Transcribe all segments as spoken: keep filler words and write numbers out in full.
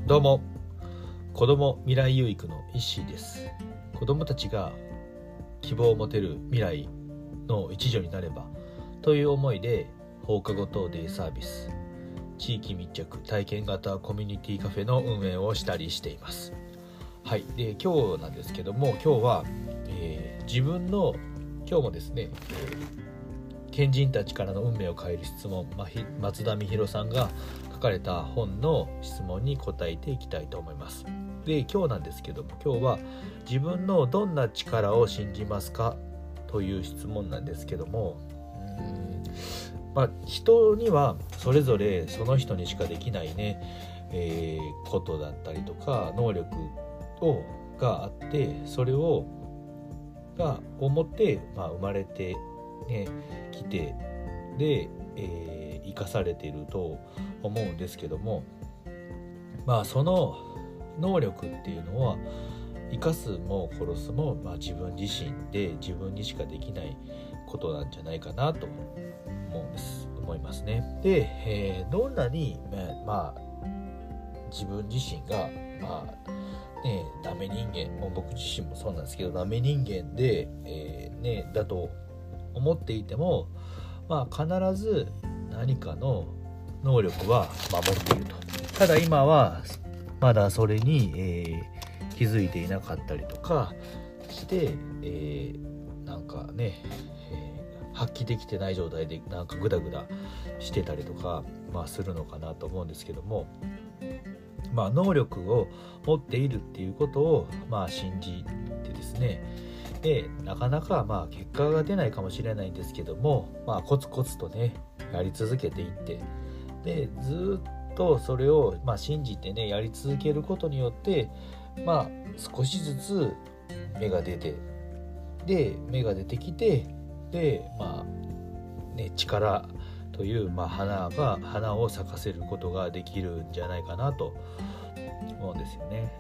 どうも、子ども未来有育の石井です。子どもたちが希望を持てる未来の一助になればという思いで、放課後等デイサービス、地域密着体験型コミュニティカフェの運営をしたりしています。はい、で今日なんですけども、今日は、えー、自分の今日もですね、えー賢人たちからの運命を変える質問、ま、松田美弘さんが書かれた本の質問に答えていきたいと思います。で、今日なんですけども、今日は自分のどんな力を信じますかという質問なんですけども、うーん、まあ、人にはそれぞれその人にしかできないね、えー、ことだったりとか能力をがあって、それをがを持って、まあ、生まれてね、来てで、えー、生かされていると思うんですけども、まあその能力っていうのは生かすも殺すも、まあ、自分自身で自分にしかできないことなんじゃないかなと思うんです思いますね。で、えー、どんなに、まあ、自分自身がまあね、ダメ人間、もう僕自身もそうなんですけど、ダメ人間で、えー、ねだと思っていても、まあ、必ず何かの能力は守っていると。ただ今はまだそれに、えー、気づいていなかったりとかして、えー、なんかね、えー、発揮できてない状態でなんかグダグダしてたりとか、まあ、するのかなと思うんですけども、まあ、能力を持っているっていうことを、まあ、信じてですね、でなかなかまあ結果が出ないかもしれないんですけども、まあ、コツコツとねやり続けていって、でずっとそれをまあ信じてねやり続けることによって、まあ少しずつ芽が出て、で芽が出てきて、でまあね力という、まあ、花が花を咲かせることができるんじゃないかなと思うんですよね。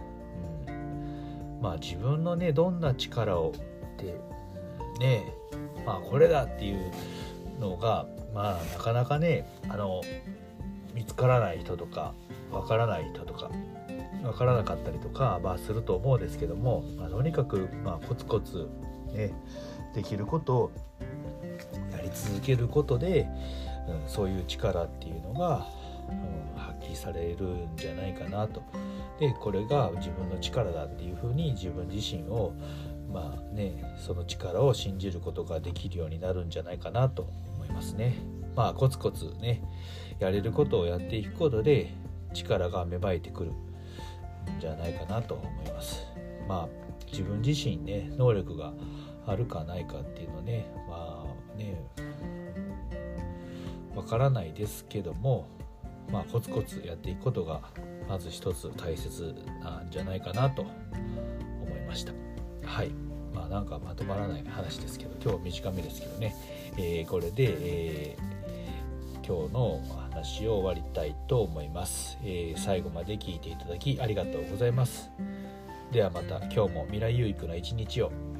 まあ、自分のねどんな力をってね、まあこれだっていうのがまあなかなかねあの見つからない人とかわからない人とかわからなかったりとか、まあ、すると思うんですけども、まあ、とにかく、まあ、コツコツねできることをやり続けることで、うん、そういう力っていうのが、うん、発揮されるんじゃないかなと。でこれが自分の力だっていうふうに自分自身をまあねその力を信じることができるようになるんじゃないかなと思いますね。まあコツコツねやれることをやっていくことで力が芽生えてくるんじゃないかなと思います。まあ自分自身ね能力があるかないかっていうのねまあねわからないですけども、まあコツコツやっていくことがまず一つ大切なんじゃないかなと思いました。はい、まあなんかまとまらない話ですけど、今日は短めですけどね、えー、これで、えー、今日の話を終わりたいと思います。えー、最後まで聞いていただきありがとうございます。ではまた今日も未来有育の一日を。